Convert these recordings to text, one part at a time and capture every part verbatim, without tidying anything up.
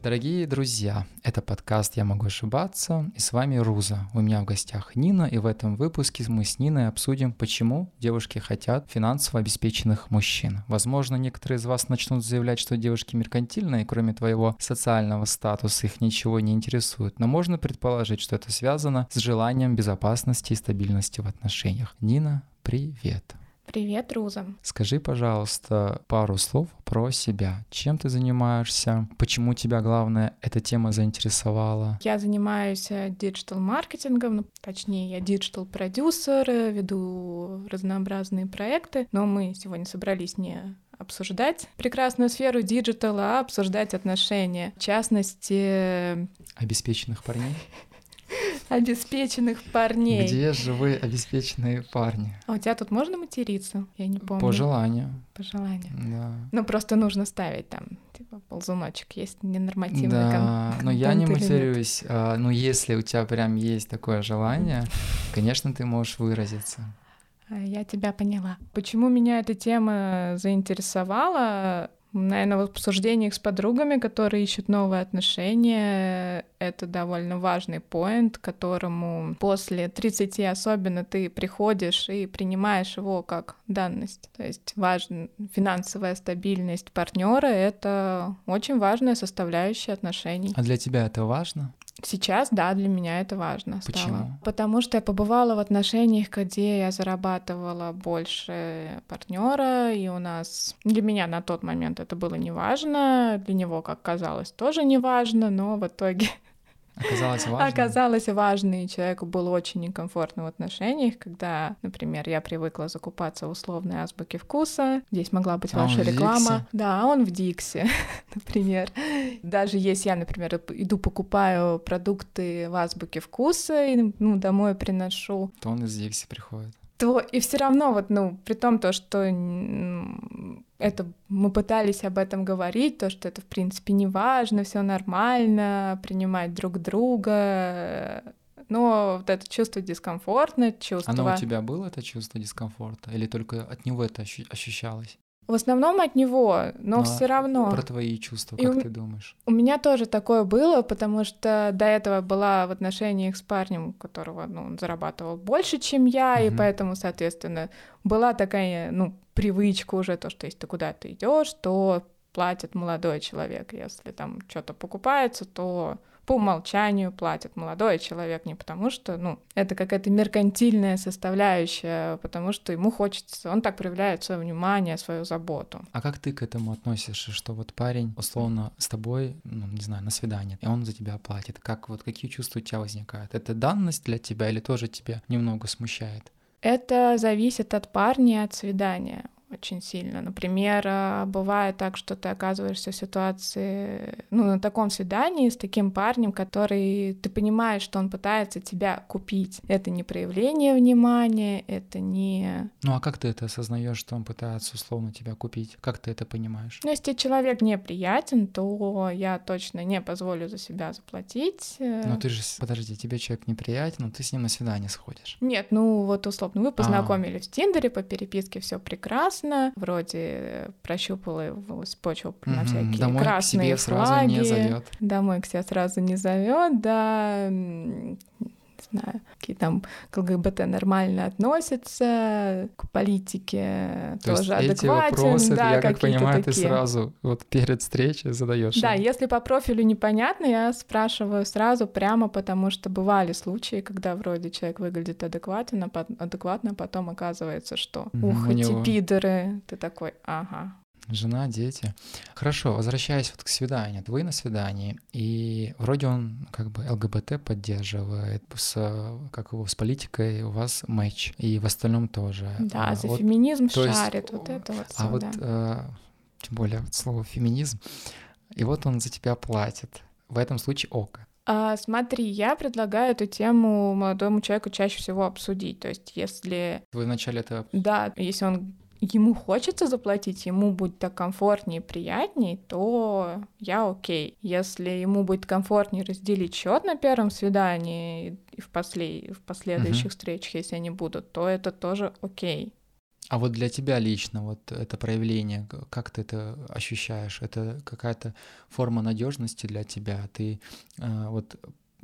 Дорогие друзья, это подкаст «Я могу ошибаться», и с вами Руза. У меня в гостях Нина, и в этом выпуске мы с Ниной обсудим, почему девушки хотят финансово обеспеченных мужчин. Возможно, некоторые из вас начнут заявлять, что девушки меркантильные, и кроме твоего социального статуса их ничего не интересует, но можно предположить, что это связано с желанием безопасности и стабильности в отношениях. Нина, привет! Привет, Руза. Скажи, пожалуйста, пару слов про себя. Чем ты занимаешься? Почему тебя, главное, эта тема заинтересовала? Я занимаюсь диджитал-маркетингом, ну, точнее, я диджитал-продюсер, веду разнообразные проекты, но мы сегодня собрались не обсуждать прекрасную сферу диджитала, а обсуждать отношения. В частности... Обеспеченных парней? Обеспеченных парней. Где же вы, обеспеченные парни? А у тебя тут можно материться? Я не помню. По желанию. По желанию. Да. Ну, просто нужно ставить там, типа, ползуночек. Есть ненормативный да, контент. Да, но я не матерюсь. А, ну, если у тебя прям есть такое желание, конечно, ты можешь выразиться. Я тебя поняла. Почему меня эта тема заинтересовала? Наверное, в обсуждениях с подругами, которые ищут новые отношения, это довольно важный поинт, к которому после тридцати особенно ты приходишь и принимаешь его как данность. То есть важна финансовая стабильность партнера — это очень важная составляющая отношений. А для тебя это важно? Сейчас, да, для меня это важно стало. Почему? Потому что я побывала в отношениях, где я зарабатывала больше партнера, и у нас... Для меня на тот момент это было неважно, для него, как казалось, тоже неважно, но в итоге... Оказалось важно? Оказалось важно, и человеку было очень некомфортно в отношениях, когда, например, я привыкла закупаться в условной азбуке вкуса, здесь могла быть а ваша реклама. Дикси? Да, он в Дикси, например. Даже если я, например, иду покупаю продукты в азбуке вкуса и ну, домой приношу, то он из Дикси приходит. То и все равно, вот, ну, при том, то, что это мы пытались об этом говорить, то, что это, в принципе, не важно, все нормально, принимать друг друга, но вот это чувство дискомфорта, чувство... Оно у тебя было, это чувство дискомфорта, или только от него это ощущалось? В основном от него, но, но все равно. Про твои чувства, как и ты думаешь? У меня тоже такое было, потому что до этого была в отношениях с парнем, у которого, ну, он зарабатывал больше, чем я, uh-huh. и поэтому, соответственно, была такая, ну, привычка уже, то, что если ты куда-то идешь, то платит молодой человек. Если там что-то покупается, то по умолчанию платит молодой человек, не потому что, ну, это какая-то меркантильная составляющая, потому что ему хочется, он так проявляет свое внимание, свою заботу. А как ты к этому относишься, что вот парень, условно, с тобой, ну, не знаю, на свидание, и он за тебя платит? Как вот, какие чувства у тебя возникают? Это данность для тебя или тоже тебя немного смущает? Это зависит от парня и от свидания. Очень сильно. Например, бывает так, что ты оказываешься в ситуации, ну, на таком свидании с таким парнем, который, ты понимаешь, что он пытается тебя купить. Это не проявление внимания, это не... Ну, а как ты это осознаешь, что он пытается условно тебя купить? Как ты это понимаешь? Ну, если человек неприятен, то я точно не позволю за себя заплатить. Но ты же, подожди, тебе человек неприятен, но ты с ним на свидание сходишь. Нет, ну, вот условно, вы познакомились А-а-а. в Тиндере, по переписке, все прекрасно, вроде прощупывалась почву на всякие Домой красные к себе флаги. Сразу не зовет. Домой к себе сразу не зовет, да. Не знаю, какие там к ЛГБТ нормально относятся, к политике То тоже есть адекватен. Эти вопросы, да, я как понимаю, такие. ты сразу вот перед встречей задаешь. Да, если по профилю непонятно, я спрашиваю сразу прямо, потому что бывали случаи, когда вроде человек выглядит адекватно, адекватно, а потом оказывается, что ух, эти него... пидоры. Ты такой, ага. Жена, дети. Хорошо, возвращаясь вот к свиданию. Вы на свидании, и вроде он как бы ЛГБТ поддерживает, с, как его, с политикой у вас матч, и в остальном тоже. Да, а, за вот, феминизм то шарит, есть, вот это вот А всё, вот, да. э, тем более вот слово феминизм, и вот он за тебя платит. В этом случае ок. А, смотри, я предлагаю эту тему молодому человеку чаще всего обсудить. То есть, если... Вы вначале это... Да, если он ему хочется заплатить, ему будет так комфортнее и приятнее, то я окей. Если ему будет комфортнее разделить счет на первом свидании и в, после... в последующих uh-huh. встречах, если они будут, то это тоже окей. А вот для тебя лично вот это проявление, как ты это ощущаешь? Это какая-то форма надежности для тебя? Ты э, вот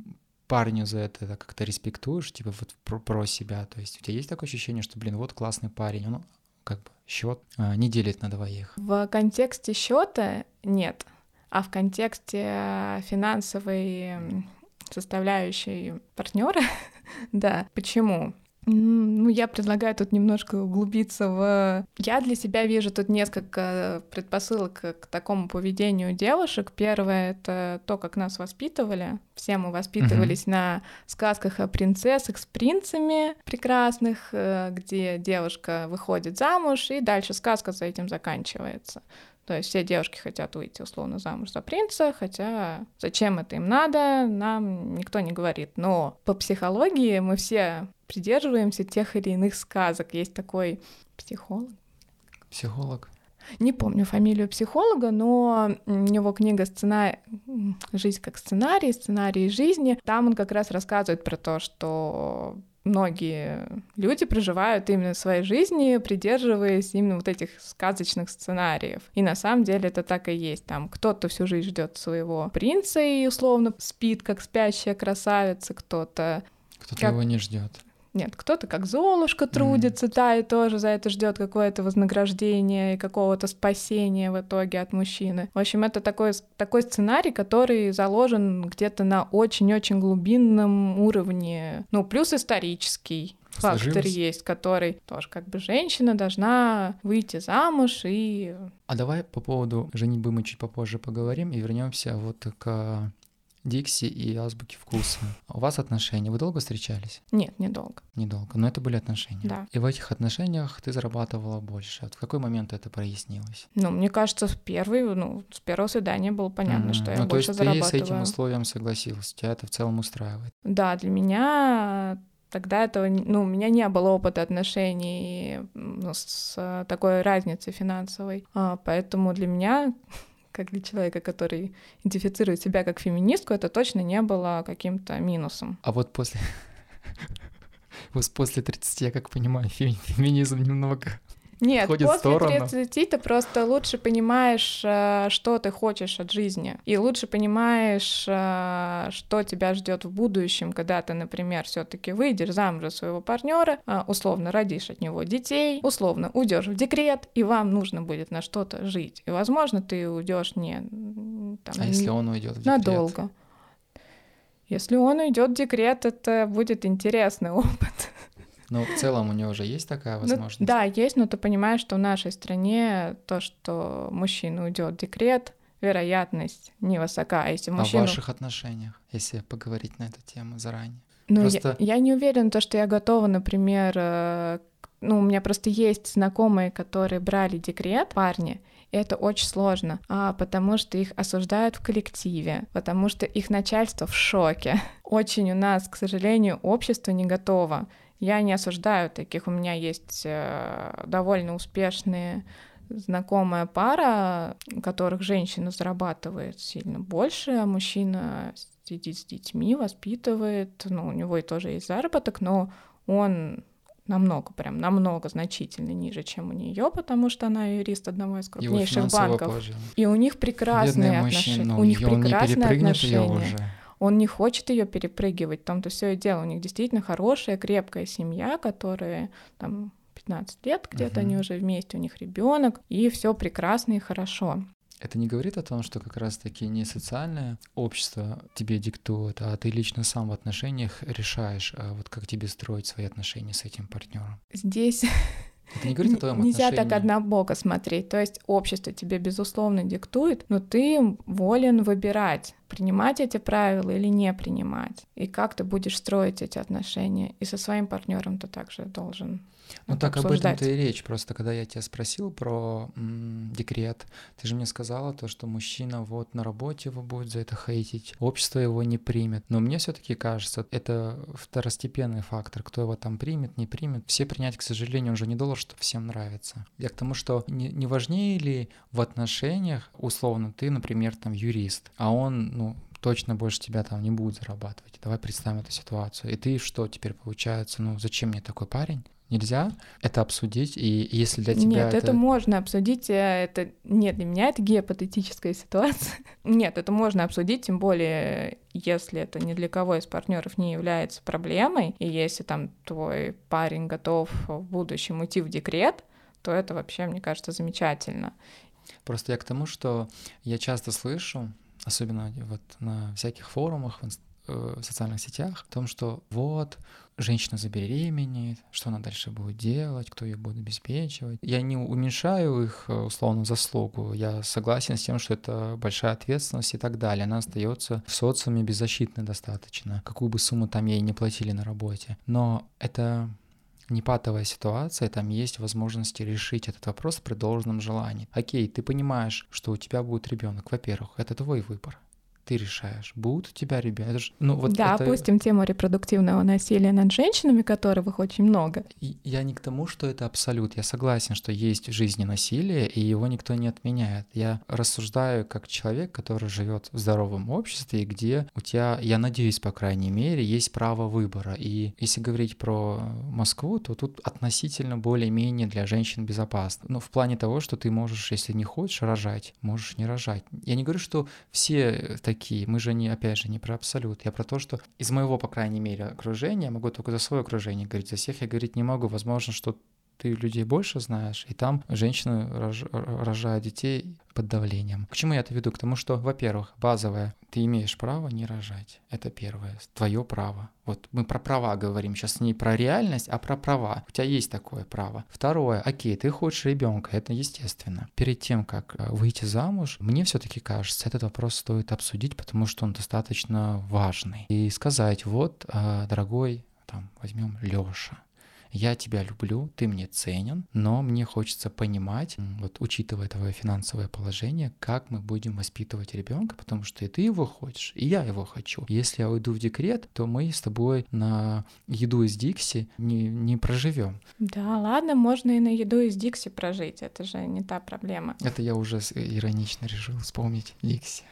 парню за это как-то респектуешь, типа вот про, про себя? То есть у тебя есть такое ощущение, что, блин, вот классный парень, он как бы счет э, не делит на двоих? В контексте счета нет, а в контексте финансовой составляющей партнера, да. Почему? Ну, я предлагаю тут немножко углубиться в... Я для себя вижу тут несколько предпосылок к такому поведению девушек. Первое — это то, как нас воспитывали. Все мы воспитывались uh-huh. на сказках о принцессах с принцами прекрасных, где девушка выходит замуж, и дальше сказка за этим заканчивается. То есть все девушки хотят выйти условно замуж за принца, хотя зачем это им надо, нам никто не говорит. Но по психологии мы все придерживаемся тех или иных сказок. Есть такой психолог. Психолог? Не помню фамилию психолога, но у него книга «Сцена... «Жизнь как сценарий», «Сценарий жизни». Там он как раз рассказывает про то, что многие люди проживают именно своей жизни, придерживаясь именно вот этих сказочных сценариев. И на самом деле это так и есть. Там кто-то всю жизнь ждет своего принца и условно спит, как спящая красавица, кто-то... Кто-то как... его не ждет. Нет, кто-то как Золушка трудится, mm. да, и тоже за это ждет какое-то вознаграждение и какого-то спасения в итоге от мужчины. В общем, это такой, такой сценарий, который заложен где-то на очень-очень глубинном уровне. Ну, плюс исторический фактор Сложилось. Есть, который тоже как бы женщина должна выйти замуж и... А давай по поводу женитьбы мы чуть попозже поговорим и вернемся вот к... Дикси и Азбуки вкуса. У вас отношения? Вы долго встречались? Нет, недолго. Недолго, но это были отношения. Да. И в этих отношениях ты зарабатывала больше. В какой момент это прояснилось? Ну, мне кажется, в первый, ну, с первого свидания было понятно, mm-hmm. что я ну, больше зарабатываю. То есть ты с этим условием согласилась? Тебя это в целом устраивает? Да, для меня... Тогда этого, ну, у меня не было опыта отношений ну, с такой разницей финансовой. А, поэтому для меня... как для человека, который идентифицирует себя как феминистку, это точно не было каким-то минусом. А вот после... после тридцати, я как понимаю, феминизм немного... Нет, после тридцати ты просто лучше понимаешь, что ты хочешь от жизни, и лучше понимаешь, что тебя ждет в будущем, когда ты, например, все-таки выйдешь замуж за своего партнера, условно родишь от него детей, условно уйдешь в декрет, и вам нужно будет на что-то жить. И, возможно, ты уйдешь не там, а если он уйдет в декрет? Надолго. Если он уйдет в декрет, это будет интересный опыт. Но в целом у него уже есть такая возможность? Ну, да, есть, но ты понимаешь, что в нашей стране то, что мужчина уйдет в декрет, вероятность невысока. А если мужчину... А в ваших отношениях, если поговорить на эту тему заранее? Ну, просто... я, я не уверена, то, что я готова, например... Ну, у меня просто есть знакомые, которые брали декрет, парни, и это очень сложно, а, потому что их осуждают в коллективе, потому что их начальство в шоке. Очень у нас, к сожалению, общество не готово. Я не осуждаю таких. У меня есть э, довольно успешные знакомая пара, у которых женщина зарабатывает сильно больше, а мужчина сидит с детьми, воспитывает. Ну, у него и тоже есть заработок, но он намного, прям намного значительно ниже, чем у нее, потому что она юрист одного из крупнейших банков. Положение. И у них прекрасные отношения. У них прекрасные отношения. Он не хочет ее перепрыгивать, в том-то все и дело. У них действительно хорошая, крепкая семья, которая там пятнадцать лет где-то, uh-huh. они уже вместе, у них ребенок, и все прекрасно и хорошо. Это не говорит о том, что как раз-таки не социальное общество тебе диктует, а ты лично сам в отношениях решаешь, вот как тебе строить свои отношения с этим партнером? Здесь... Это не говорит о твоем Нельзя отношении. так однобоко смотреть. То есть общество тебе, безусловно, диктует, но ты волен выбирать, принимать эти правила или не принимать. И как ты будешь строить эти отношения. И со своим партнером ты также должен Ну так обсуждать. об этом-то и речь. Просто когда я тебя спросил про м, декрет, ты же мне сказала то, что мужчина вот на работе его будет за это хейтить, общество его не примет. Но мне все-таки кажется, это второстепенный фактор, кто его там примет, не примет. Все принять, к сожалению, он же не должен, чтобы всем нравится. Я к тому, что не, не важнее ли в отношениях, условно, ты, например, там юрист, а он, ну, точно больше тебя там не будет зарабатывать. Давай представим эту ситуацию. И ты что теперь получается? Ну, зачем мне такой парень? нельзя это обсудить, и если для тебя Нет, это... это можно обсудить, это... Нет, для меня это гипотетическая ситуация. Нет, это можно обсудить, тем более, если это ни для кого из партнеров не является проблемой, и если там твой парень готов в будущем уйти в декрет, то это вообще, мне кажется, замечательно. Просто я к тому, что я часто слышу, особенно вот на всяких форумах, в, инст... в социальных сетях, о том, что вот женщина забеременеет, что она дальше будет делать, кто ее будет обеспечивать. Я не уменьшаю их условно заслугу, я согласен с тем, что это большая ответственность и так далее. Она остается в социуме беззащитной достаточно, какую бы сумму там ей не платили на работе. Но это не патовая ситуация, там есть возможности решить этот вопрос при должном желании. Окей, ты понимаешь, что у тебя будет ребенок. Во-первых, это твой выбор. Ты решаешь, будет у тебя ребенок. Ну, вот да, это... опустим тему репродуктивного насилия над женщинами, которых очень много. И я не к тому, что это абсолют. Я согласен, что есть в жизни насилие, и его никто не отменяет. Я рассуждаю как человек, который живет в здоровом обществе, где у тебя, я надеюсь, по крайней мере, есть право выбора. И если говорить про Москву, то тут относительно более-менее для женщин безопасно. Ну, в плане того, что ты можешь, если не хочешь рожать, можешь не рожать. Я не говорю, что все такие. Мы же, не, опять же, не про абсолют. Я про то, что из моего, по крайней мере, окружения, я могу только за свое окружение говорить, за всех я говорить не могу. Возможно, что ты людей больше знаешь, и там женщины рож, рожают детей под давлением. К чему я это веду? К тому, что, во-первых, базовое, ты имеешь право не рожать. Это первое, твое право. Вот мы про права говорим сейчас, не про реальность, а про права. У тебя есть такое право. Второе, окей, ты хочешь ребенка, это естественно. Перед тем, как выйти замуж, мне все-таки кажется, этот вопрос стоит обсудить, потому что он достаточно важный. И сказать, вот, дорогой, там, возьмем Лёша. Я тебя люблю, ты мне ценен, но мне хочется понимать, вот учитывая твое финансовое положение, как мы будем воспитывать ребенка, потому что и ты его хочешь, и я его хочу. Если я уйду в декрет, то мы с тобой на еду из Дикси не, не проживем. Да, ладно, можно и на еду из Дикси прожить, это же не та проблема. Это я уже иронично решил вспомнить Дикси.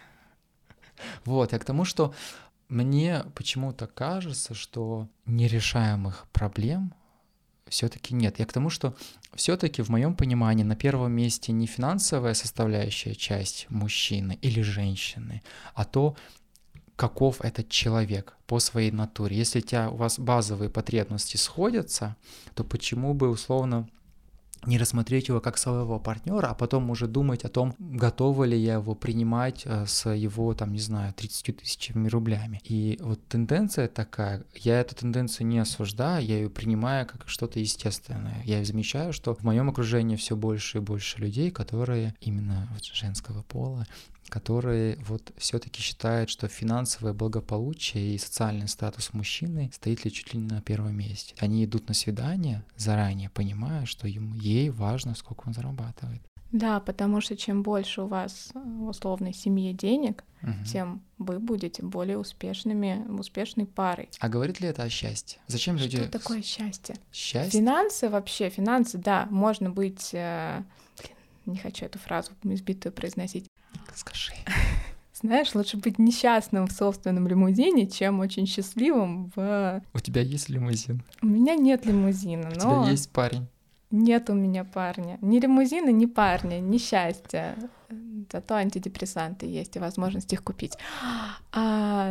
Вот, я к тому, что мне почему-то кажется, что нерешаемых проблем все-таки нет. Я к тому, что все-таки в моем понимании на первом месте не финансовая составляющая часть мужчины или женщины, а то, каков этот человек по своей натуре. Если у тебя, у вас базовые потребности сходятся, то почему бы условно не рассмотреть его как своего партнера, а потом уже думать о том, готова ли я его принимать с его, там, не знаю, тридцатью тысячами рублями. И вот тенденция такая, я эту тенденцию не осуждаю, я ее принимаю как что-то естественное. Я замечаю, что в моем окружении все больше и больше людей, которые именно вот женского пола, которые вот все-таки считают, что финансовое благополучие и социальный статус мужчины стоит ли чуть ли не на первом месте. Они идут на свидание заранее, понимая, что ему, ей важно, сколько он зарабатывает. Да, потому что чем больше у вас в условной семье денег, угу. тем вы будете более успешными, успешной парой. А говорит ли это о счастье? Зачем люди... Что такое счастье? Счастье? Финансы вообще, финансы, да, можно быть... Э... Блин, не хочу эту фразу избитую произносить. Скажи. Знаешь, лучше быть несчастным в собственном лимузине, чем очень счастливым в... У тебя есть лимузин? У меня нет лимузина, у но... У тебя есть парень? Нет у меня парня. Ни лимузина, ни парня, ни счастья. Зато антидепрессанты есть и возможность их купить. А...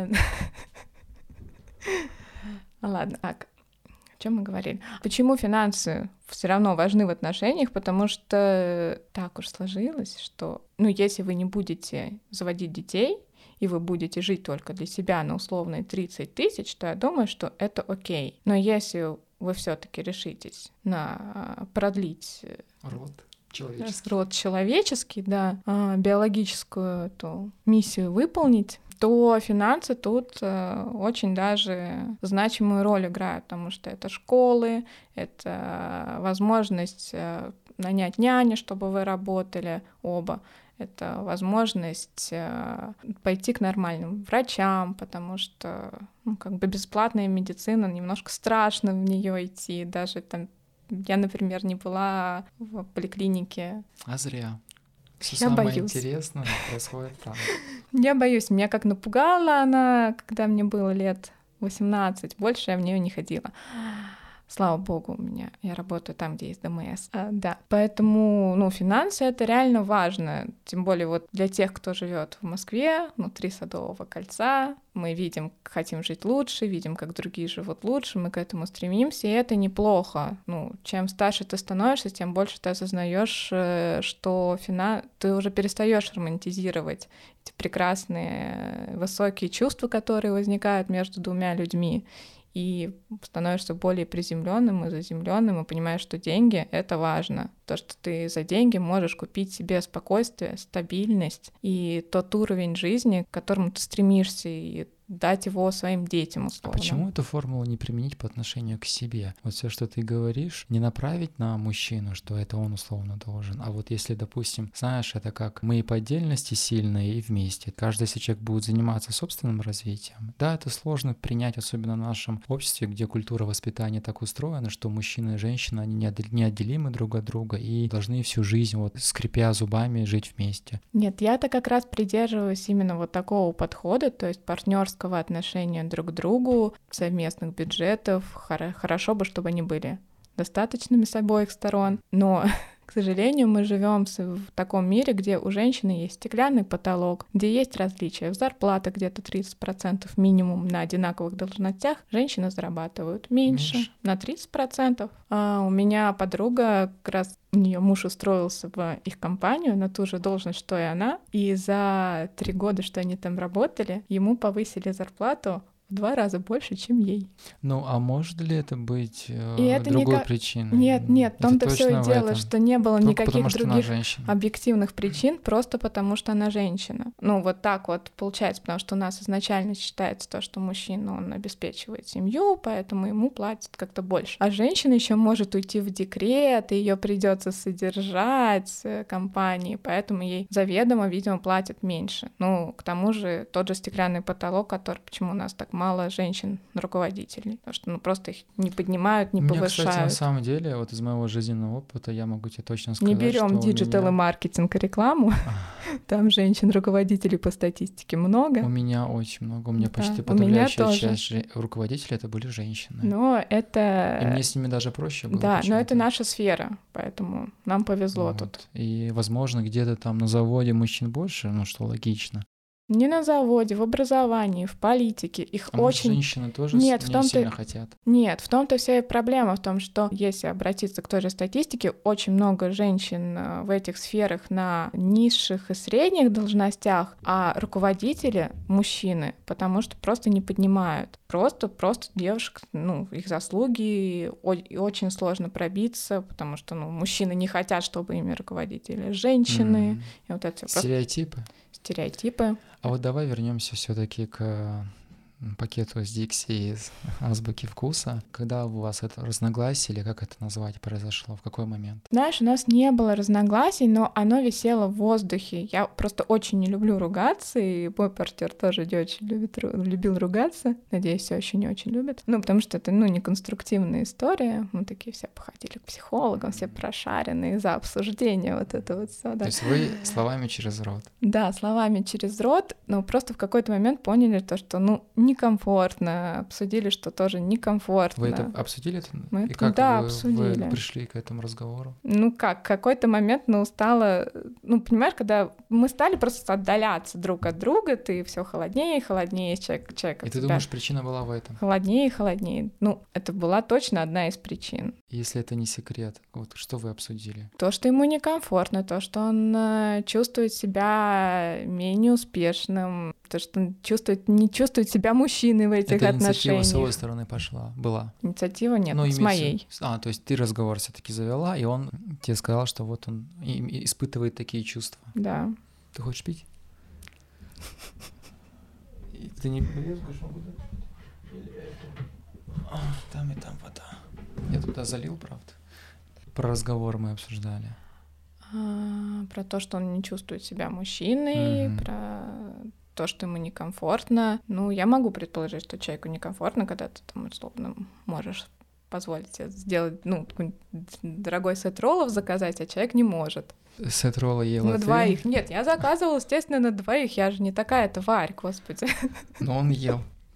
Ладно, так. О чем мы говорили? Почему финансы все равно важны в отношениях? Потому что так уж сложилось, что, ну, если вы не будете заводить детей, и вы будете жить только для себя на условные тридцать тысяч, то я думаю, что это окей. Но если вы все-таки решитесь на продлить род человеческий, род человеческий, да, биологическую эту миссию выполнить, то финансы тут э, очень даже значимую роль играют, потому что это школы, это возможность э, нанять няню, чтобы вы работали оба, это возможность э, пойти к нормальным врачам, потому что ну, как бы бесплатная медицина, немножко страшно в нее идти, даже там я, например, не была в поликлинике. А зря. Все я самое боюсь. интересное происходит там. Я боюсь, меня как напугала она, когда мне было лет восемнадцать, больше я в нее не ходила. Слава богу, у меня, я работаю там, где есть ДМС. А, да, поэтому, ну, финансы — это реально важно, тем более вот для тех, кто живет в Москве, внутри Садового кольца, мы видим, хотим жить лучше, видим, как другие живут лучше, мы к этому стремимся, и это неплохо. Ну, чем старше ты становишься, тем больше ты осознаешь, что фина... ты уже перестаешь романтизировать эти прекрасные высокие чувства, которые возникают между двумя людьми, и становишься более приземленным и заземленным, и понимаешь, что деньги — это важно. То, что ты за деньги можешь купить себе спокойствие, стабильность и тот уровень жизни, к которому ты стремишься, и дать его своим детям, условно. А почему эту формулу не применить по отношению к себе? Вот все, что ты говоришь, не направить на мужчину, что это он условно должен. А вот если, допустим, знаешь, это как мы и по отдельности сильные, и вместе. Каждый, если человек будет заниматься собственным развитием, да, это сложно принять, особенно в нашем обществе, где культура воспитания так устроена, что мужчина и женщина, они неотделимы друг от друга и должны всю жизнь, вот, скрипя зубами, жить вместе. Нет, я-то как раз придерживаюсь именно вот такого подхода, то есть партнерского отношения друг к другу, совместных бюджетов. Хорошо бы, чтобы они были достаточными с обоих сторон, но, к сожалению, мы живем в таком мире, где у женщины есть стеклянный потолок, где есть различия в зарплатах, где-то тридцать процентов минимум на одинаковых должностях, женщины зарабатывают меньше, меньше. на тридцать процентов. А у меня подруга, как раз у нее муж устроился в их компанию на ту же должность, что и она, и за три года, что они там работали, ему повысили зарплату в два раза больше, чем ей. Ну, а может ли это быть э, и это другой никак... причиной? Нет, нет, в том-то все и дело, этом. что не было Только никаких потому, других объективных причин, просто потому что она женщина. Ну, вот так вот получается, потому что у нас изначально считается то, что мужчина, он обеспечивает семью, поэтому ему платят как-то больше. А женщина еще может уйти в декрет, и ее придется содержать компании, поэтому ей заведомо, видимо, платят меньше. Ну, к тому же тот же стеклянный потолок, который, почему у нас так мало женщин-руководителей, потому что ну, просто их не поднимают, не у меня, повышают. Кстати, на самом деле, вот из моего жизненного опыта я могу тебе точно сказать, не берем диджитал меня... и маркетинг и рекламу, там женщин-руководителей по статистике много. У меня очень много, у меня да. почти подавляющая часть руководителей это были женщины. Но это... И мне с ними даже проще было. Да, но это наша сфера, поэтому нам повезло вот. тут. И, возможно, где-то там на заводе мужчин больше, ну что логично. Не на заводе, в образовании, в политике. Их а очень... может, женщины тоже Нет, не в том-то... сильно хотят? Нет, в том-то вся и проблема, в том, что если обратиться к той же статистике, очень много женщин в этих сферах на низших и средних должностях, а руководители — мужчины, потому что просто не поднимают. Просто, просто девушек, ну, их заслуги, очень сложно пробиться, потому что, ну, мужчины не хотят, чтобы ими руководители женщины. Mm. И вот это Стереотипы? Просто... Стереотипы. А вот давай вернемся все-таки к пакету с Dixie из азбуки вкуса. Когда у вас это разногласие, или как это назвать, произошло? В какой момент? Знаешь, у нас не было разногласий, но оно висело в воздухе. Я просто очень не люблю ругаться, и мой партнер тоже не очень любит, любил ругаться. Надеюсь, все еще не очень любит. Ну, потому что это, ну, не конструктивная история. Мы такие все походили к психологам, все прошаренные за обсуждение, вот это вот все. Да. То есть вы словами через рот? Да, словами через рот, но просто в какой-то момент поняли то, что, ну, некомфортно, обсудили, что тоже некомфортно. Вы это обсудили? Мы и это, как да, вы, обсудили. вы пришли к этому разговору? Ну как, в какой-то момент, ну, стало, ну, понимаешь, когда мы стали просто отдаляться друг от друга, ты все холоднее и холоднее, человек, человек И ты думаешь, причина была в этом? Холоднее и холоднее. Ну, это была точно одна из причин. Если это не секрет, вот что вы обсудили? То, что ему некомфортно, то, что он э, чувствует себя менее успешным, то, что он чувствует, не чувствует себя мужчиной в этих это отношениях. Инициатива с его стороны пошла, была? Инициатива нет, ну, с моей. А, то есть ты разговор все-таки завела, и он тебе сказал, что вот он испытывает такие чувства. Да. Ты хочешь пить? Ты не брезгуешь, могу дать? Там и там вода. Я туда залил, правда? Про разговор мы обсуждали. А, про то, что он не чувствует себя мужчиной, mm-hmm. про то, что ему некомфортно. Ну, я могу предположить, что человеку некомфортно, когда ты там, условно, можешь позволить себе сделать, ну, дорогой сет роллов заказать, а человек не может. Сет ролла ела На ты? двоих. Нет, я заказывала, естественно, на двоих. Я же не такая тварь, господи. Но он ел.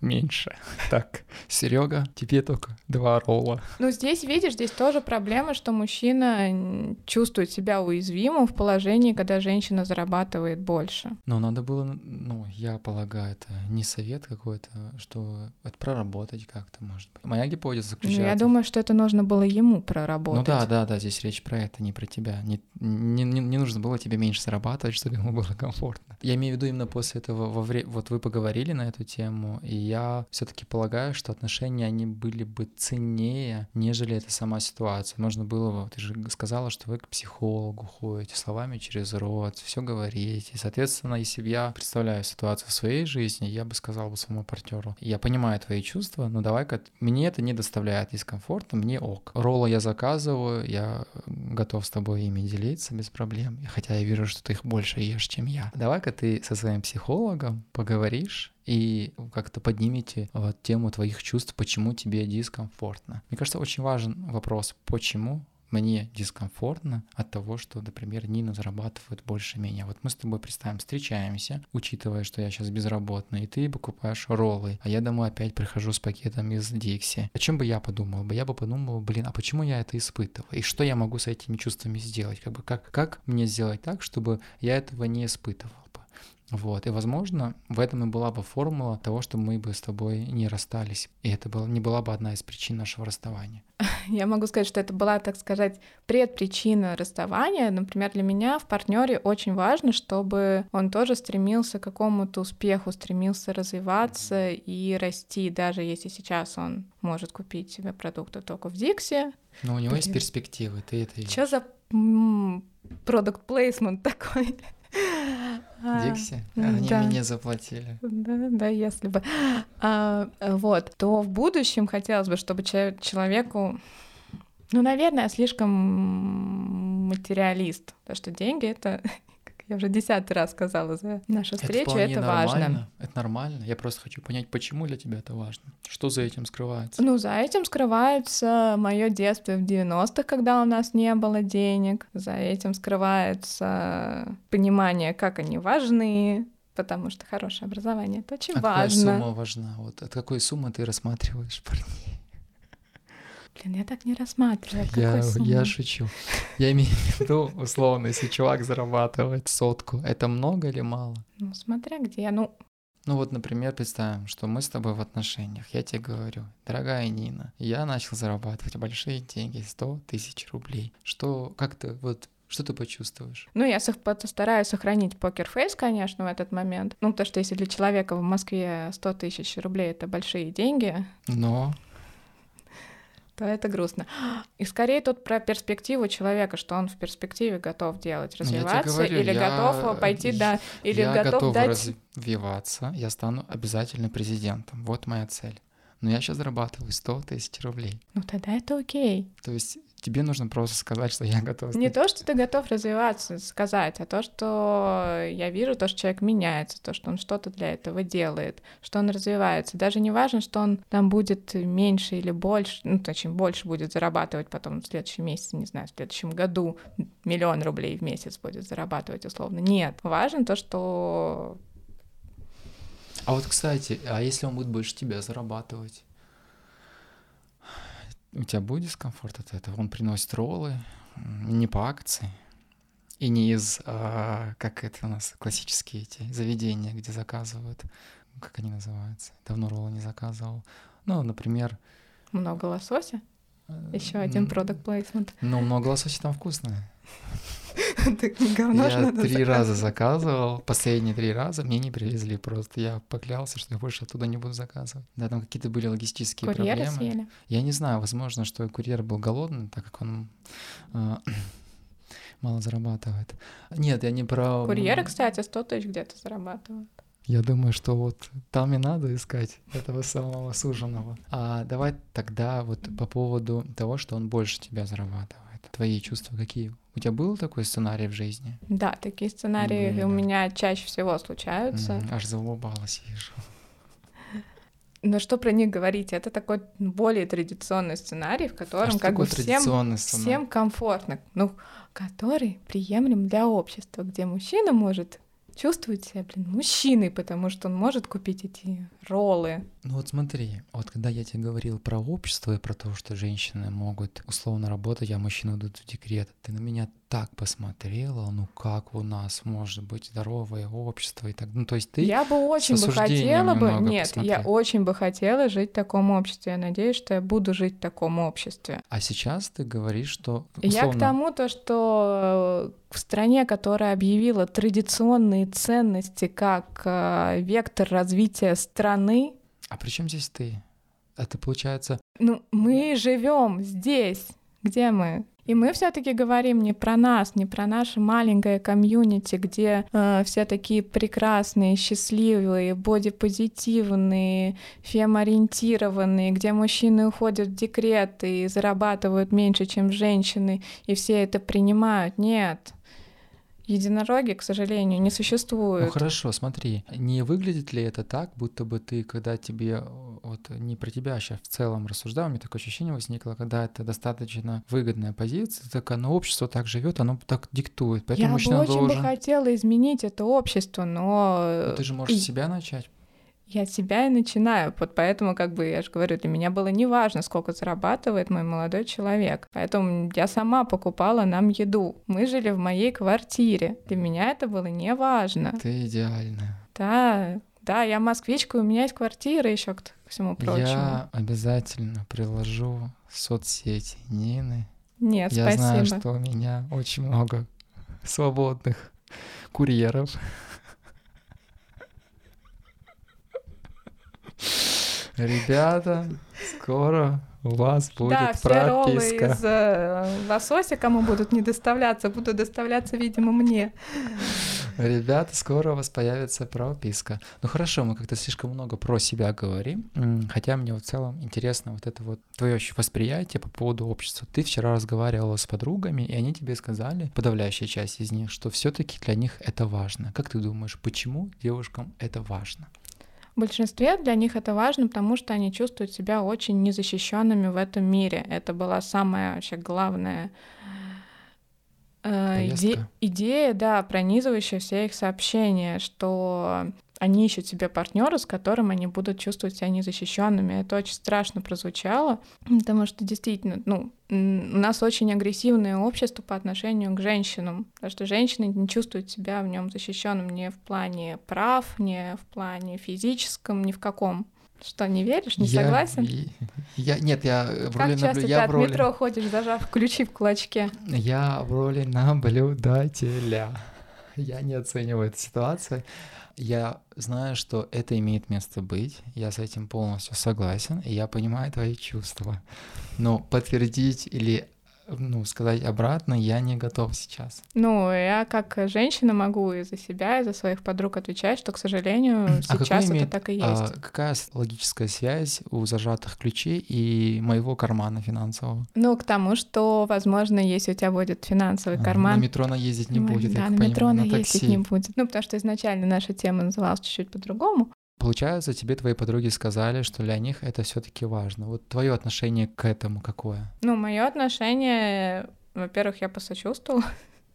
меньше. Так, Серега, тебе только два ролла. Ну, здесь, видишь, здесь тоже проблема, что мужчина чувствует себя уязвимым в положении, когда женщина зарабатывает больше. Но надо было, ну, я полагаю, это не совет какой-то, что это проработать как-то, может быть. Моя гипотеза заключается... Ну, я думаю, что это нужно было ему проработать. Ну да, да, да, здесь речь про это, не про тебя. Не, не, не, не нужно было тебе меньше зарабатывать, чтобы ему было комфортно. Я имею в виду именно после этого, во вре... вот вы поговорили на эту тему, и я все-таки полагаю, что отношения, они были бы ценнее, нежели эта сама ситуация. Можно было бы, ты же сказала, что вы к психологу ходите, словами через рот, все говорите. Соответственно, если бы я представляю ситуацию в своей жизни, я бы сказал бы своему партнеру: я понимаю твои чувства, но давай-ка, мне это не доставляет дискомфорта, мне ок. Роллы я заказываю, я готов с тобой ими делиться без проблем, хотя я вижу, что ты их больше ешь, чем я. Давай-ка ты со своим психологом поговоришь и как-то поднимите вот тему твоих чувств, почему тебе дискомфортно. Мне кажется, очень важен вопрос, почему мне дискомфортно от того, что, например, Нина зарабатывает больше меня. Вот мы с тобой, представим, встречаемся, учитывая, что я сейчас безработный, и ты покупаешь роллы, а я домой опять прихожу с пакетом из Дикси. О чем бы я подумал бы? Я бы подумал, блин, а почему я это испытываю? И что я могу с этими чувствами сделать? Как бы, как, как мне сделать так, чтобы я этого не испытывал бы? Вот, и, возможно, в этом и была бы формула того, что мы бы с тобой не расстались, и это была, не была бы одна из причин нашего расставания. Я могу сказать, что это была, так сказать, предпричина расставания. Например, для меня в партнере очень важно, чтобы он тоже стремился к какому-то успеху, стремился развиваться и расти, даже если сейчас он может купить себе продукты только в Дикси. Но у него есть перспективы, ты это видишь. Что за продукт плейсмент такой? Дикси? Они да. мне заплатили. Да, да, если бы. А, вот, то в будущем хотелось бы, чтобы человеку... Ну, наверное, я слишком материалист, потому что деньги — это... Я уже десятый раз сказала за нашу встречу, это, это важно. Это нормально. Я просто хочу понять, почему для тебя это важно. Что за этим скрывается? Ну, за этим скрывается мое детство в девяностых, когда у нас не было денег. За этим скрывается понимание, как они важны, потому что хорошее образование — это очень а важно. Какая сумма важна? Вот от какой суммы ты рассматриваешь парней? Блин, я так не рассматриваю. Я, я шучу. Я имею в виду, условно, если чувак зарабатывает сотку, это много или мало? Ну, смотря где, ну... Ну вот, например, представим, что мы с тобой в отношениях. Я тебе говорю: дорогая Нина, я начал зарабатывать большие деньги, сто тысяч рублей. Что, как ты, вот, что ты почувствуешь? Ну, я постараюсь сохранить покерфейс, конечно, в этот момент. Ну, потому что если для человека в Москве сто тысяч рублей — это большие деньги... Но... то это грустно. И скорее тут про перспективу человека, что он в перспективе готов делать, развиваться, говорю, или я, готов пойти, да, или я готов, готов дать... развиваться, я стану обязательно президентом. Вот моя цель. Но я сейчас зарабатываю сто тысяч рублей. Ну тогда это окей. То есть тебе нужно просто сказать, что я готов. Не то, что ты готов развиваться, сказать, а то, что я вижу, то, что человек меняется, то, что он что-то для этого делает, что он развивается. Даже не важно, что он там будет меньше или больше, ну, точнее, больше будет зарабатывать потом в следующем месяце, не знаю, в следующем году миллион рублей в месяц будет зарабатывать условно. Нет, важно то, что... А вот, кстати, а если он будет больше тебя зарабатывать? У тебя будет дискомфорт от этого? Он приносит роллы не по акции и не из, а, как это у нас, классические эти заведения, где заказывают, как они называются? Давно роллы не заказывал. Ну, например... Много лосося? Еще один product placement. Ну, много лосося там вкусное. Так не говно ж надо Я три раза заказывал, последние три раза мне не привезли просто. Я поклялся, что я больше оттуда не буду заказывать. Да, там какие-то были логистические Курьеры проблемы. съели? Я не знаю, возможно, что курьер был голодный, так как он э, мало зарабатывает. Нет, я не про... Курьеры, кстати, сто тысяч где-то зарабатывают. Я думаю, что вот там и надо искать этого самого суженого. А давай тогда вот по поводу того, что он больше тебя зарабатывает. Твои чувства какие? У тебя был такой сценарий в жизни? Да, такие сценарии Были. у меня чаще всего случаются. Mm, аж заулыбалась, вижу. Но что про них говорить? Это такой более традиционный сценарий, в котором а как бы всем, всем комфортно, ну, который приемлем для общества, где мужчина может чувствует себя, блин, мужчиной, потому что он может купить эти роллы. Ну вот смотри, вот когда я тебе говорил про общество и про то, что женщины могут условно работать, а мужчины идут в декрет, ты на меня так посмотрела, ну как у нас может быть здоровое общество и так, ну то есть ты Я бы очень бы хотела бы, нет, посмотрела. я очень бы хотела жить в таком обществе, я надеюсь, что я буду жить в таком обществе. А сейчас ты говоришь, что условно... Я к тому, то, что в стране, которая объявила традиционные ценности как э, вектор развития страны. А при чем здесь ты? Это получается... Ну, мы живем здесь. Где мы? И мы все-таки говорим не про нас, не про наше маленькое комьюнити, где э, все такие прекрасные, счастливые, бодипозитивные, фем-ориентированные, где мужчины уходят в декрет и зарабатывают меньше, чем женщины, и все это принимают. Нет. Единороги, к сожалению, не существуют. Ну хорошо, смотри, не выглядит ли это так, будто бы ты, когда тебе, вот не про тебя сейчас в целом рассуждаю, у меня такое ощущение возникло, когда это достаточно выгодная позиция, так оно общество так живет, оно так диктует, поэтому Я мужчина бы очень должен... бы хотела изменить это общество, но... Но ты же можешь и... с себя начать. Я с себя и начинаю, вот поэтому, как бы, я же говорю, для меня было неважно, сколько зарабатывает мой молодой человек. Поэтому я сама покупала нам еду. Мы жили в моей квартире. Для меня это было неважно. Ты идеальная. Да, да, я москвичка, у меня есть квартира еще к всему прочему. Я обязательно приложу соцсети Нины. Нет, я спасибо. знаю, что у меня очень много свободных курьеров. Ребята, скоро у вас будет да, все прописка. роллы из э, лосося, кому будут не доставляться, будут доставляться, видимо, мне. Ребята, скоро у вас появится прописка. Ну хорошо, мы как-то слишком много про себя говорим, хотя мне в целом интересно вот это вот твое восприятие по поводу общества. Ты вчера разговаривала с подругами, и они тебе сказали, подавляющая часть из них, что все-таки для них это важно. Как ты думаешь, почему девушкам это важно? В большинстве для них это важно, потому что они чувствуют себя очень незащищенными в этом мире. Это была самая вообще главная э, иде- идея, да, пронизывающая все их сообщения, что они ищут себе партнера, с которым они будут чувствовать себя незащищенными. Это очень страшно прозвучало, потому что действительно, ну, у нас очень агрессивное общество по отношению к женщинам, потому что женщины не чувствуют себя в нем защищенным ни в плане прав, ни в плане физическом, ни в каком. Что, не веришь, не я, согласен? Я, нет, я в роли Как часто наблю... ты я от роли... метро ходишь, зажав ключи в кулачке? Я в роли наблюдателя. Я не оцениваю эту ситуацию. Я знаю, что это имеет место быть, я с этим полностью согласен, и я понимаю твои чувства. Но подтвердить или, ну, сказать обратно я не готов сейчас. Ну, я как женщина могу и за себя, и за своих подруг отвечать, что, к сожалению, а сейчас имеет, это так и есть. А какая логическая связь у зажатых ключей и моего кармана финансового? Ну, к тому, что, возможно, если у тебя будет финансовый а, карман... На метро она ездить не будет, да, я на понимаю, метро она на ездить такси. не будет. Ну, потому что изначально наша тема называлась чуть-чуть по-другому. Получается, тебе твои подруги сказали, что для них это все-таки важно. Вот твое отношение к этому какое? Ну, мое отношение, во-первых, я посочувствовала.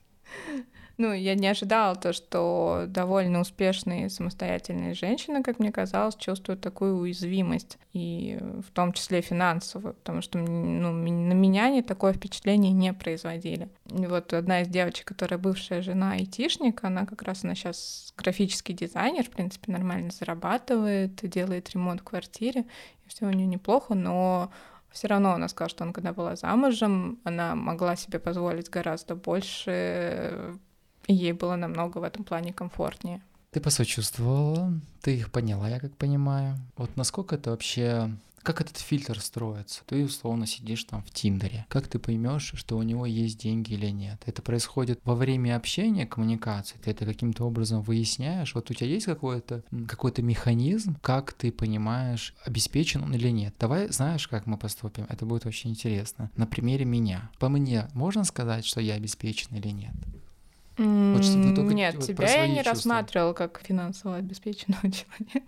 Ну, я не ожидала то, что довольно успешные самостоятельные женщины, как мне казалось, чувствуют такую уязвимость, и в том числе финансовую, потому что ну, на меня они такое впечатление не производили. И вот одна из девочек, которая бывшая жена айтишник, она как раз, она сейчас графический дизайнер, в принципе, нормально зарабатывает, делает ремонт в квартире, и все у нее неплохо, но все равно она сказала, что она, когда была замужем, она могла себе позволить гораздо больше, и ей было намного в этом плане комфортнее. Ты посочувствовала, ты их поняла, я как понимаю. Вот насколько это вообще... Как этот фильтр строится? Ты условно сидишь там в Тиндере. Как ты поймешь, что у него есть деньги или нет? Это происходит во время общения, коммуникации? Ты это каким-то образом выясняешь? Вот у тебя есть какой-то, какой-то механизм, как ты понимаешь, обеспечен он или нет? Давай, знаешь, как мы поступим? Это будет очень интересно. На примере меня. По мне можно сказать, что я обеспечен или нет? Mm, вот, чтобы только, нет, вот, тебя я не чувства. рассматривала как финансово обеспеченного человека.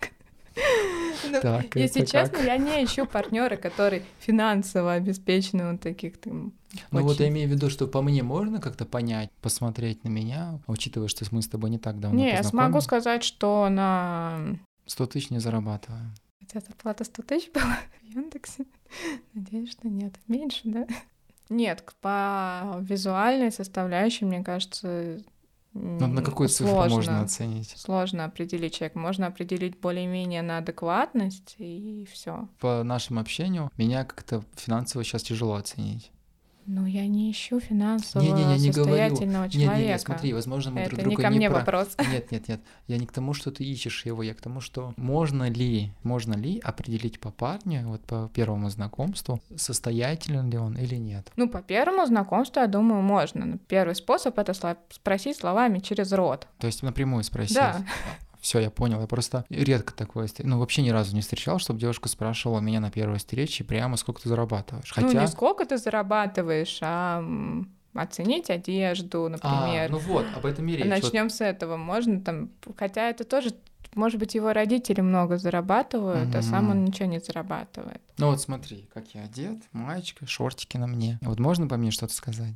Так, если честно, я не ищу партнера, который финансово обеспеченный, вот таких там. Ну вот я имею в виду, что по мне можно как-то понять, посмотреть на меня, учитывая, что мы с тобой не так давно Не, я смогу сказать, что на... сто тысяч не зарабатываю. У тебя зарплата сто тысяч была в Яндексе? Надеюсь, что нет. Меньше, да? Нет, по визуальной составляющей, мне кажется, ну, на какую цифру сложно, можно оценить? Сложно определить человека. Можно определить более-менее на адекватность, и все. По нашему общению меня как-то финансово сейчас тяжело оценить. Ну, я не ищу финансово не, не, не, не состоятельного говорю. человека. Нет, нет, смотри, возможно, мы это друг друга не ко мне не про... вопрос. Нет, нет, нет. Я не к тому, что ты ищешь его, я к тому, что можно ли, можно ли определить по парню, вот по первому знакомству, состоятелен ли он или нет? Ну, по первому знакомству, я думаю, можно. Первый способ — это спросить словами через рот. То есть напрямую спросить? Да. Все, я понял. Я просто редко такое, ну вообще ни разу не встречал, чтобы девушка спрашивала меня на первой встрече прямо, сколько ты зарабатываешь. Хотя... Ну не сколько ты зарабатываешь, а оценить одежду, например. А, ну вот, об этом и речь. Начнем вот. С этого. Можно там, хотя это тоже, может быть, его родители много зарабатывают, mm-hmm. а сам он ничего не зарабатывает. Ну вот смотри, как я одет, маечка, шортики на мне. Вот можно по мне что-то сказать?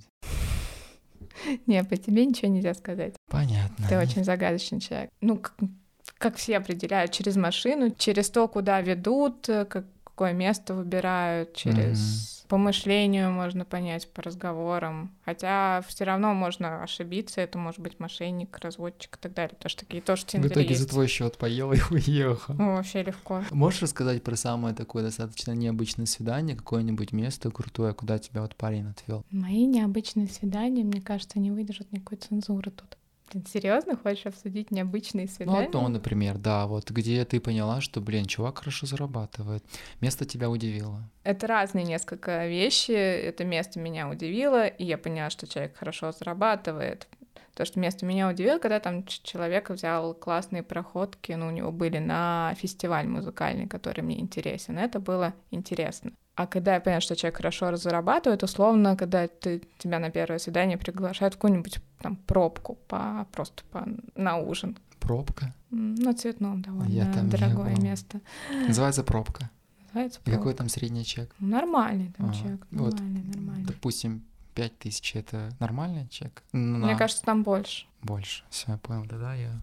Не, по тебе ничего нельзя сказать. Понятно. Ты очень загадочный человек. Ну, как, как все определяют, через машину, через то, куда ведут, как, какое место выбирают, через mm-hmm. по мышлению можно понять, по разговорам. Хотя все равно можно ошибиться, это может быть мошенник, разводчик и так далее, потому что такие тоже в Тиндере В итоге есть. за твой счет поел и уехал. Ну, вообще легко. Можешь рассказать про самое такое достаточно необычное свидание, какое-нибудь место крутое, куда тебя вот парень отвел? Мои необычные свидания, мне кажется, не выдержат никакой цензуры тут. Ты серьезно хочешь обсудить необычные свидания? Ну, одно, например, да, вот где ты поняла, что, блин, чувак хорошо зарабатывает. Место тебя удивило. Это разные несколько вещи. Это место меня удивило, и я поняла, что человек хорошо зарабатывает. То, что место меня удивило, когда там человек взял классные проходки, ну, у него были на фестиваль музыкальный, который мне интересен. Это было интересно. А когда я поняла, что человек хорошо зарабатывает, условно, когда ты, тебя на первое свидание приглашают в какую-нибудь там пробку по, просто по, на ужин. Пробка? На Цветном довольно я там дорогое место. Называется пробка. Называется пробка. И какой там средний чек? Нормальный там а, чек. Вот, нормальный, нормальный. Допустим, пять тысяч — это нормальный чек? На... Мне кажется, там больше. Больше. Все, я понял. Тогда я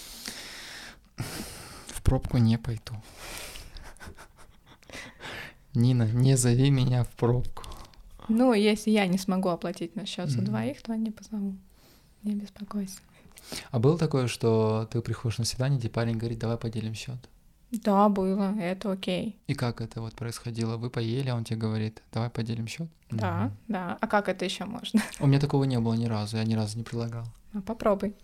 в пробку не пойду. Нина, не зови меня в пробку. Ну, если я не смогу оплатить на счет за mm-hmm. двоих, то не позову. Не беспокойся. А было такое, что ты приходишь на свидание, и парень говорит, давай поделим счет? Да, было, это окей. И как это вот происходило? Вы поели, а он тебе говорит, давай поделим счет? Да, mm-hmm. да. А как это еще можно? У меня такого не было ни разу, я ни разу не предлагал. А попробуй.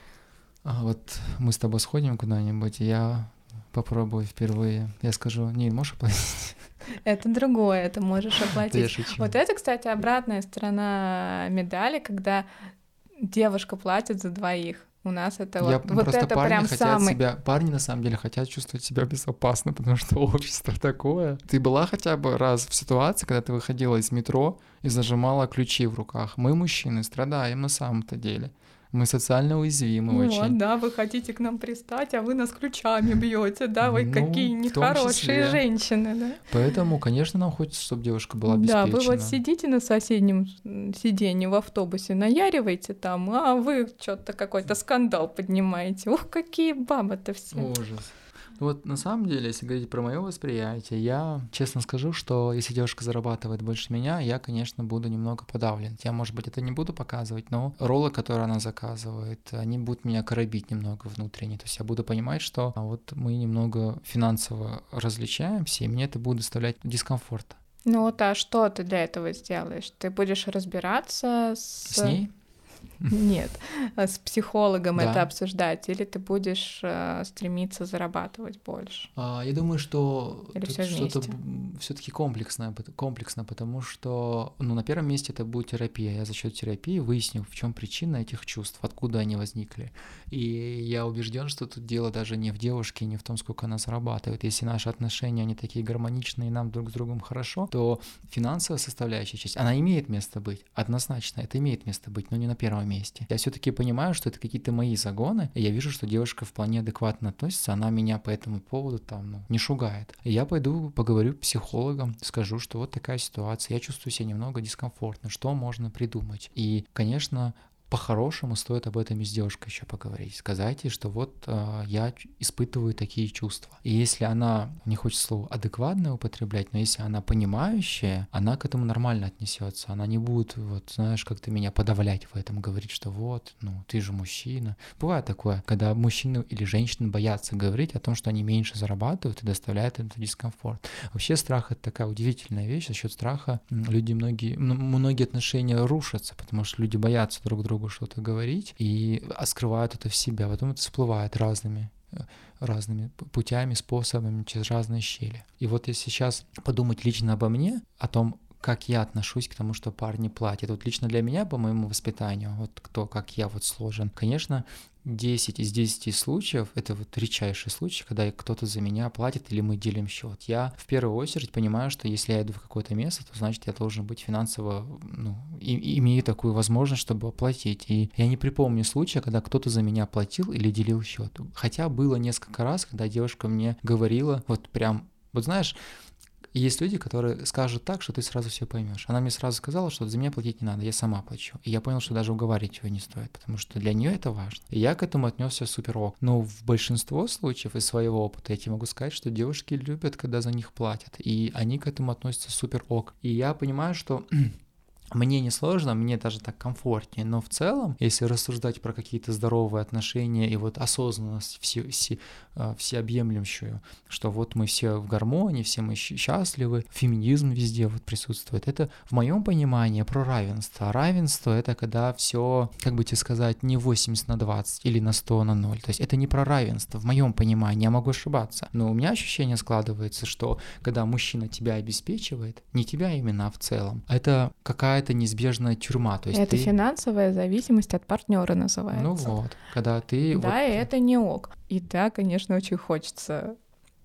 А вот мы с тобой сходим куда-нибудь, и я попробую впервые. Я скажу, не, можешь оплатить? Это другое, это можешь оплатить. Я шучу. Вот это, кстати, обратная сторона медали, когда девушка платит за двоих. У нас это Я, вот, вот это парни прям хотят самый... себя, парни на самом деле хотят чувствовать себя безопасно, потому что общество такое. Ты была хотя бы раз в ситуации, когда ты выходила из метро и зажимала ключи в руках? Мы, мужчины, страдаем на самом-то деле. Мы социально уязвимы ну, очень. Да, вы хотите к нам пристать, а вы нас ключами бьете, да, вы ну, какие нехорошие женщины, да. Поэтому, конечно, нам хочется, чтобы девушка была обеспечена. Да, вы вот сидите на соседнем сиденье в автобусе, наяриваете там, а вы что-то какой-то скандал поднимаете. Ух, какие бабы-то все. Ужас. Вот на самом деле, если говорить про мое восприятие, я честно скажу, что если девушка зарабатывает больше меня, я, конечно, буду немного подавлен. Я, может быть, это не буду показывать, но роллы, которые она заказывает, они будут меня коробить немного внутренне. То есть я буду понимать, что вот мы немного финансово различаемся, и мне это будет доставлять дискомфорт. Ну вот, а что ты для этого сделаешь? Ты будешь разбираться с... С ней? Нет, с психологом да. это обсуждать, или ты будешь э, стремиться зарабатывать больше? А, я думаю, что или тут всё что-то все-таки комплексное, комплексно, потому что, ну, на первом месте это будет терапия. Я за счет терапии выясню, в чем причина этих чувств, откуда они возникли. И я убежден, что тут дело даже не в девушке, не в том, сколько она зарабатывает. Если наши отношения, они такие гармоничные, и нам друг с другом хорошо, то финансовая составляющая часть, она имеет место быть, однозначно, это имеет место быть, но не на первом первом месте. Я все-таки понимаю, что это какие-то мои загоны, и я вижу, что девушка вполне адекватно относится, она меня по этому поводу там, ну, не шугает. И я пойду поговорю с психологом, скажу, что вот такая ситуация, я чувствую себя немного дискомфортно, что можно придумать. И, конечно, по-хорошему стоит об этом и с девушкой еще поговорить. Сказать ей, что вот э, я испытываю такие чувства. И если она, не хочется слово адекватное употреблять, но если она понимающая, она к этому нормально отнесется. Она не будет, вот, знаешь, как-то меня подавлять в этом, говорить, что вот, ну, ты же мужчина. Бывает такое, когда мужчины или женщины боятся говорить о том, что они меньше зарабатывают и доставляют им дискомфорт. Вообще страх — это такая удивительная вещь. За счет страха люди многие, многие отношения рушатся, потому что люди боятся друг друга что-то говорить и скрывают это в себя, потом это всплывает разными разными путями, способами, через разные щели. И вот если сейчас подумать лично обо мне, о том, как я отношусь к тому, что парни платят. Вот лично для меня, по моему воспитанию, вот кто, как я вот сложен, конечно, десять из десяти случаев, это вот редчайший случай, когда кто-то за меня платит или мы делим счет. Я в первую очередь понимаю, что если я иду в какое-то место, то значит я должен быть финансово, ну, и, имею такую возможность, чтобы оплатить. И я не припомню случая, когда кто-то за меня платил или делил счет. Хотя было несколько раз, когда девушка мне говорила, вот прям, вот знаешь, и есть люди, которые скажут так, что ты сразу все поймешь. Она мне сразу сказала, что за меня платить не надо, я сама плачу. И я понял, что даже уговаривать его не стоит, потому что для нее это важно. И я к этому отнесся супер ок. Но в большинство случаев из своего опыта я тебе могу сказать, что девушки любят, когда за них платят. И они к этому относятся супер ок. И я понимаю, что мне не сложно, мне даже так комфортнее, но в целом, если рассуждать про какие-то здоровые отношения и вот осознанность все, все, всеобъемлющую, что вот мы все в гармонии, все мы счастливы, феминизм везде вот присутствует, это в моем понимании про равенство. А равенство — это когда все, как бы тебе сказать, не восемьдесят на двадцать или на сто на ноль, то есть это не про равенство, в моем понимании, я могу ошибаться, но у меня ощущение складывается, что когда мужчина тебя обеспечивает, не тебя именно, а в целом, это какая-то это неизбежная тюрьма. То есть это ты... финансовая зависимость от партнера называется. Ну вот, когда ты... Да, вот... и это не ок. И да, конечно, очень хочется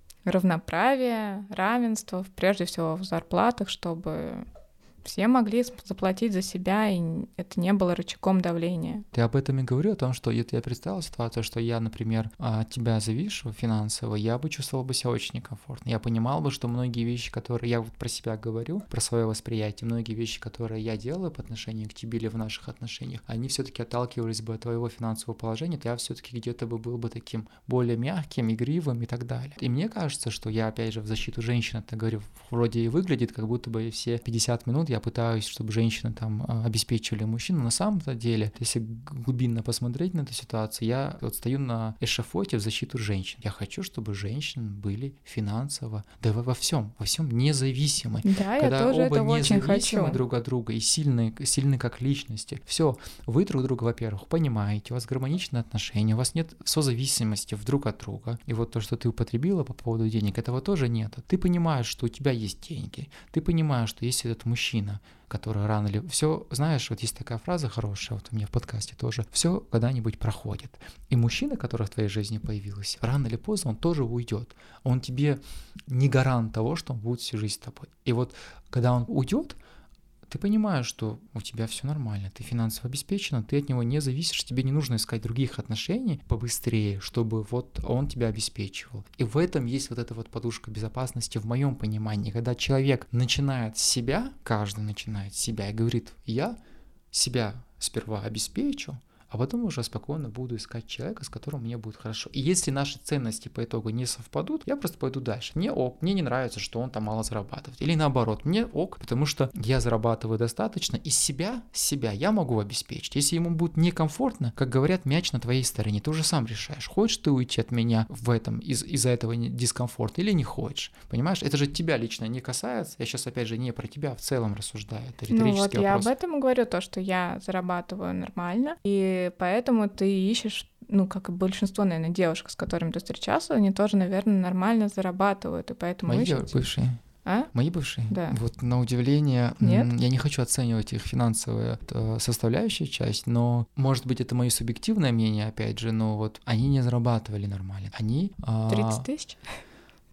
равноправия, равенства, прежде всего в зарплатах, чтобы все могли заплатить за себя, и это не было рычагом давления. Ты об этом и говорю, о том, что если я представила ситуацию, что я, например, от тебя завишу финансово, я бы чувствовал бы себя очень некомфортно. Я понимал бы, что многие вещи, которые я вот про себя говорю, про свое восприятие, многие вещи, которые я делаю по отношению к тебе или в наших отношениях, они все-таки отталкивались бы от твоего финансового положения, то я все-таки где-то бы был бы таким более мягким, игривым и так далее. И мне кажется, что я, опять же, в защиту женщин это говорю, вроде и выглядит, как будто бы все пятьдесят минут я пытаюсь, чтобы женщины там обеспечивали мужчин, но на самом-то деле, если глубинно посмотреть на эту ситуацию, я вот стою на эшафоте в защиту женщин. Я хочу, чтобы женщины были финансово, да во всем, во всем независимы. Да, когда я тоже оба это очень независимы хочу. друг от друга и сильны, сильны как личности. Все, вы друг друга, во-первых, понимаете, у вас гармоничные отношения, у вас нет созависимости друг от друга. И вот то, что ты употребила по поводу денег, этого тоже нет. Ты понимаешь, что у тебя есть деньги. Ты понимаешь, что если этот мужчина, который рано или... Все, знаешь, вот есть такая фраза хорошая, вот у меня в подкасте тоже, все когда-нибудь проходит. И мужчина, который в твоей жизни появился, рано или поздно он тоже уйдет. Он тебе не гарант того, что он будет всю жизнь с тобой. И вот когда он уйдет, ты понимаешь, что у тебя все нормально, ты финансово обеспечена, ты от него не зависишь, тебе не нужно искать других отношений побыстрее, чтобы вот он тебя обеспечивал. И в этом есть вот эта вот подушка безопасности в моем понимании, когда человек начинает с себя, каждый начинает с себя и говорит: я себя сперва обеспечу, а потом уже спокойно буду искать человека, с которым мне будет хорошо. И если наши ценности по итогу не совпадут, я просто пойду дальше. Мне ок, мне не нравится, что он там мало зарабатывает. Или наоборот, мне ок, потому что я зарабатываю достаточно, и себя, себя я могу обеспечить. Если ему будет некомфортно, как говорят, мяч на твоей стороне, ты уже сам решаешь, хочешь ты уйти от меня в этом, из- из-за этого дискомфорта или не хочешь. Понимаешь, это же тебя лично не касается. Я сейчас опять же не про тебя, а в целом рассуждаю. Это риторический ну вот вопрос. Я об этом говорю, то, что я зарабатываю нормально, и поэтому ты ищешь, ну, как и большинство, наверное, девушек, с которыми ты встречался, они тоже, наверное, нормально зарабатывают, и поэтому Мои ищут... бывшие. А? Мои бывшие? Да. Вот на удивление, Нет? я не хочу оценивать их финансовую составляющую часть, но, может быть, это мое субъективное мнение, опять же, но вот они не зарабатывали нормально. Они... тридцать тысяч?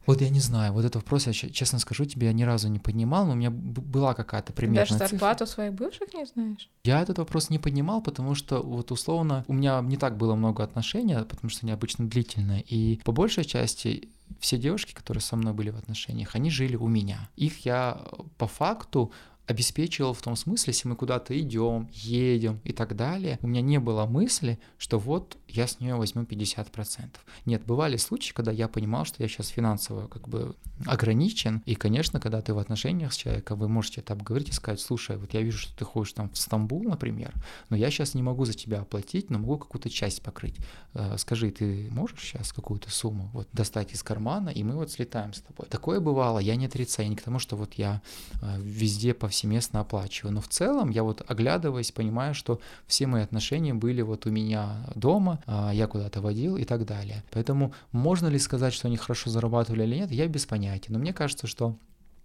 Вот я не знаю, вот этот вопрос, я честно скажу тебе, я ни разу не поднимал, но у меня б- была какая-то примерная цифра. Даже зарплату цифра. своих бывших не знаешь? Я этот вопрос не поднимал, потому что вот условно у меня не так было много отношений, потому что они обычно длительные, и по большей части все девушки, которые со мной были в отношениях, они жили у меня. Их я по факту обеспечивал в том смысле, если мы куда-то идем, едем и так далее, у меня не было мысли, что вот я с нее возьму пятьдесят процентов. Нет, бывали случаи, когда я понимал, что я сейчас финансово как бы ограничен, и, конечно, когда ты в отношениях с человеком, вы можете это обговорить и сказать: слушай, вот я вижу, что ты ходишь там в Стамбул, например, но я сейчас не могу за тебя оплатить, но могу какую-то часть покрыть. Скажи, ты можешь сейчас какую-то сумму вот достать из кармана, и мы вот слетаем с тобой. Такое бывало, я не отрицаю, не к тому, что вот я везде по повсеместно оплачиваю. Но в целом я вот, оглядываясь, понимаю, что все мои отношения были вот у меня дома, я куда-то водил и так далее. Поэтому можно ли сказать, что они хорошо зарабатывали или нет, я без понятия. Но мне кажется, что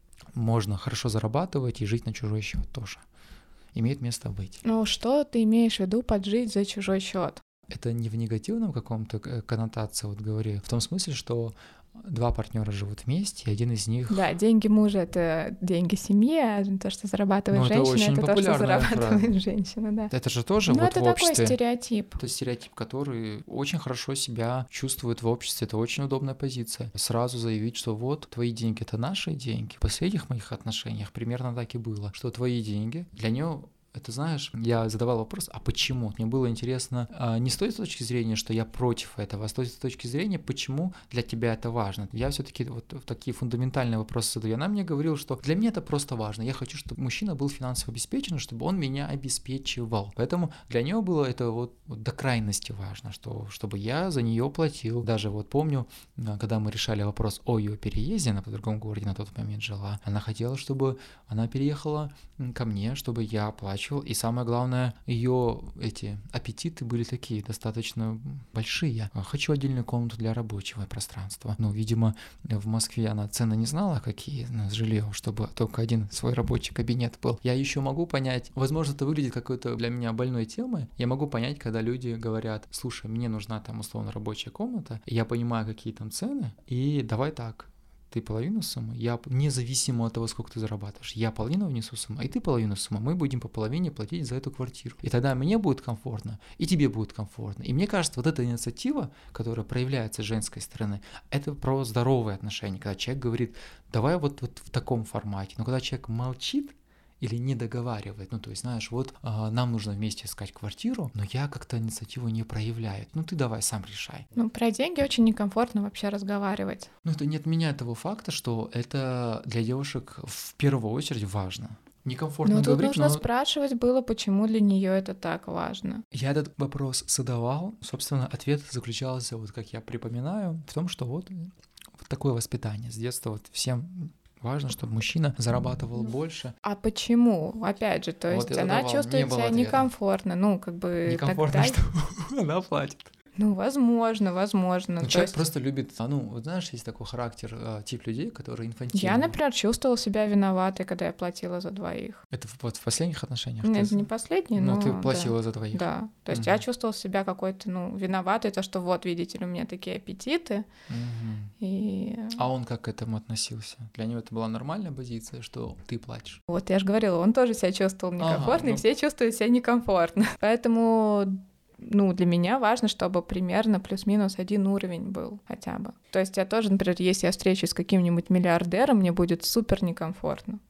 можно хорошо зарабатывать и жить на чужой счет тоже. Имеет место быть. Ну, что ты имеешь в виду под жить за чужой счет? Это не в негативном каком-то коннотации, вот говорю, в том смысле, что два партнера живут вместе, и один из них... Да, деньги мужа — это деньги семьи, а то, что зарабатывает ну, женщина, это, это то, что зарабатывает фраза. женщина, да. Это же тоже ну, вот это в обществе... такой стереотип. Это стереотип, который очень хорошо себя чувствует в обществе, это очень удобная позиция. Сразу заявить, что вот, твои деньги — это наши деньги. В последних моих отношениях примерно так и было, что твои деньги для нее... Это, знаешь, я задавал вопрос, а почему? Мне было интересно не с той точки зрения, что я против этого, а с той точки зрения, почему для тебя это важно. Я все-таки вот такие фундаментальные вопросы задаю. Она мне говорила, что для меня это просто важно. Я хочу, чтобы мужчина был финансово обеспечен, чтобы он меня обеспечивал. Поэтому для нее было это вот, вот до крайности важно, что, чтобы я за нее платил. Даже вот помню, когда мы решали вопрос о ее переезде, она в другом городе на тот момент жила, она хотела, чтобы она переехала ко мне, чтобы я оплачивал. И самое главное, ее эти аппетиты были такие, достаточно большие. Хочу отдельную комнату для рабочего пространства. Ну, видимо, в Москве она цены не знала, какие на жилье, чтобы только один свой рабочий кабинет был. Я еще могу понять, возможно, это выглядит какой-то для меня больной темой. Я могу понять, когда люди говорят: слушай, мне нужна там условно рабочая комната, я понимаю, какие там цены, и давай так. Ты половину суммы, я независимо от того, сколько ты зарабатываешь, я половину внесу сумму, и ты половину суммы, мы будем по половине платить за эту квартиру. И тогда мне будет комфортно, и тебе будет комфортно. И мне кажется, вот эта инициатива, которая проявляется с женской стороны, это про здоровые отношения, когда человек говорит: давай вот, вот в таком формате. Но когда человек молчит или не договаривает, ну то есть, знаешь, вот э, нам нужно вместе искать квартиру, но я как-то инициативу не проявляю. Ну ты давай сам решай. Ну про деньги очень некомфортно вообще разговаривать. Ну это не отменяет того факта, что это для девушек в первую очередь важно. Некомфортно но говорить, тут нужно но... спрашивать было, почему для нее это так важно. Я этот вопрос задавал, собственно, ответ заключался, вот как я припоминаю, в том, что вот, вот такое воспитание с детства вот всем... Важно, чтобы мужчина зарабатывал больше. А почему? Опять же, то вот есть она давал, чувствует себя некомфортно. Ну, как бы... Некомфортно, тогда... что она платит. Ну, возможно, возможно. Ну, человек есть... просто любит, а, ну, вот знаешь, есть такой характер, а, тип людей, которые инфантильны. Я, например, чувствовала себя виноватой, когда я платила за двоих. Это вот в последних отношениях? Нет, ты... не последние, но... Ну, ты платила да. за двоих. Да, то есть угу. я чувствовала себя какой-то, ну, виноватой, то, что вот, видите ли, у меня такие аппетиты. Угу. И... А он как к этому относился? Для него это была нормальная позиция, что ты платишь? Вот, я же говорила, он тоже себя чувствовал некомфортно, ага, ну... и все чувствуют себя некомфортно. Поэтому... Ну, для меня важно, чтобы примерно плюс-минус один уровень был хотя бы. То есть я тоже, например, если я встречусь с каким-нибудь миллиардером, мне будет супер некомфортно.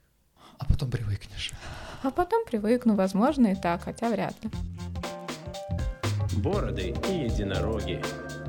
А потом привыкнешь. А потом привыкну, возможно, и так, хотя вряд ли. Бороды и единороги.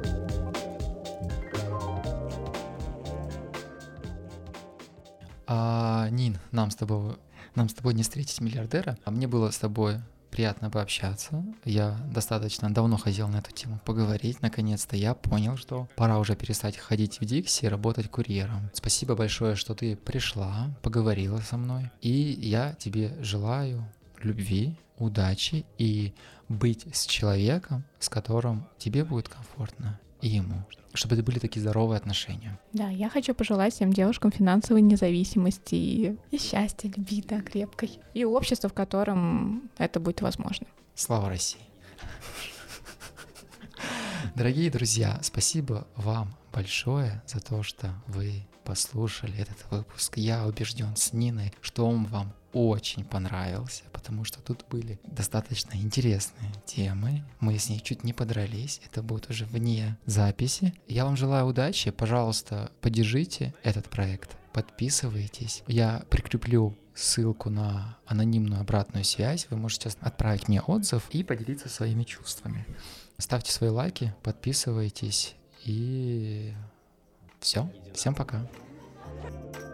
А, Нин, нам с тобой, нам с тобой не встретить миллиардера, а мне было с тобой... приятно пообщаться. Я достаточно давно хотел на эту тему поговорить. Наконец-то я понял, что пора уже перестать ходить в Дикси и работать курьером. Спасибо большое, что ты пришла, поговорила со мной. И я тебе желаю любви, удачи и быть с человеком, с которым тебе будет комфортно, и ему. Чтобы это были такие здоровые отношения. Да, я хочу пожелать всем девушкам финансовой независимости и, и счастья, любви, да, крепкой. И общества, в котором это будет возможно. Слава России! Дорогие друзья, спасибо вам большое за то, что вы послушали этот выпуск. Я убежден с Ниной, что он вам очень понравился, потому что тут были достаточно интересные темы. Мы с ней чуть не подрались. Это будет уже вне записи. Я вам желаю удачи. Пожалуйста, поддержите этот проект. Подписывайтесь. Я прикреплю ссылку на анонимную обратную связь. Вы можете отправить мне отзыв и поделиться своими чувствами. Ставьте свои лайки, подписывайтесь и все. Всем пока.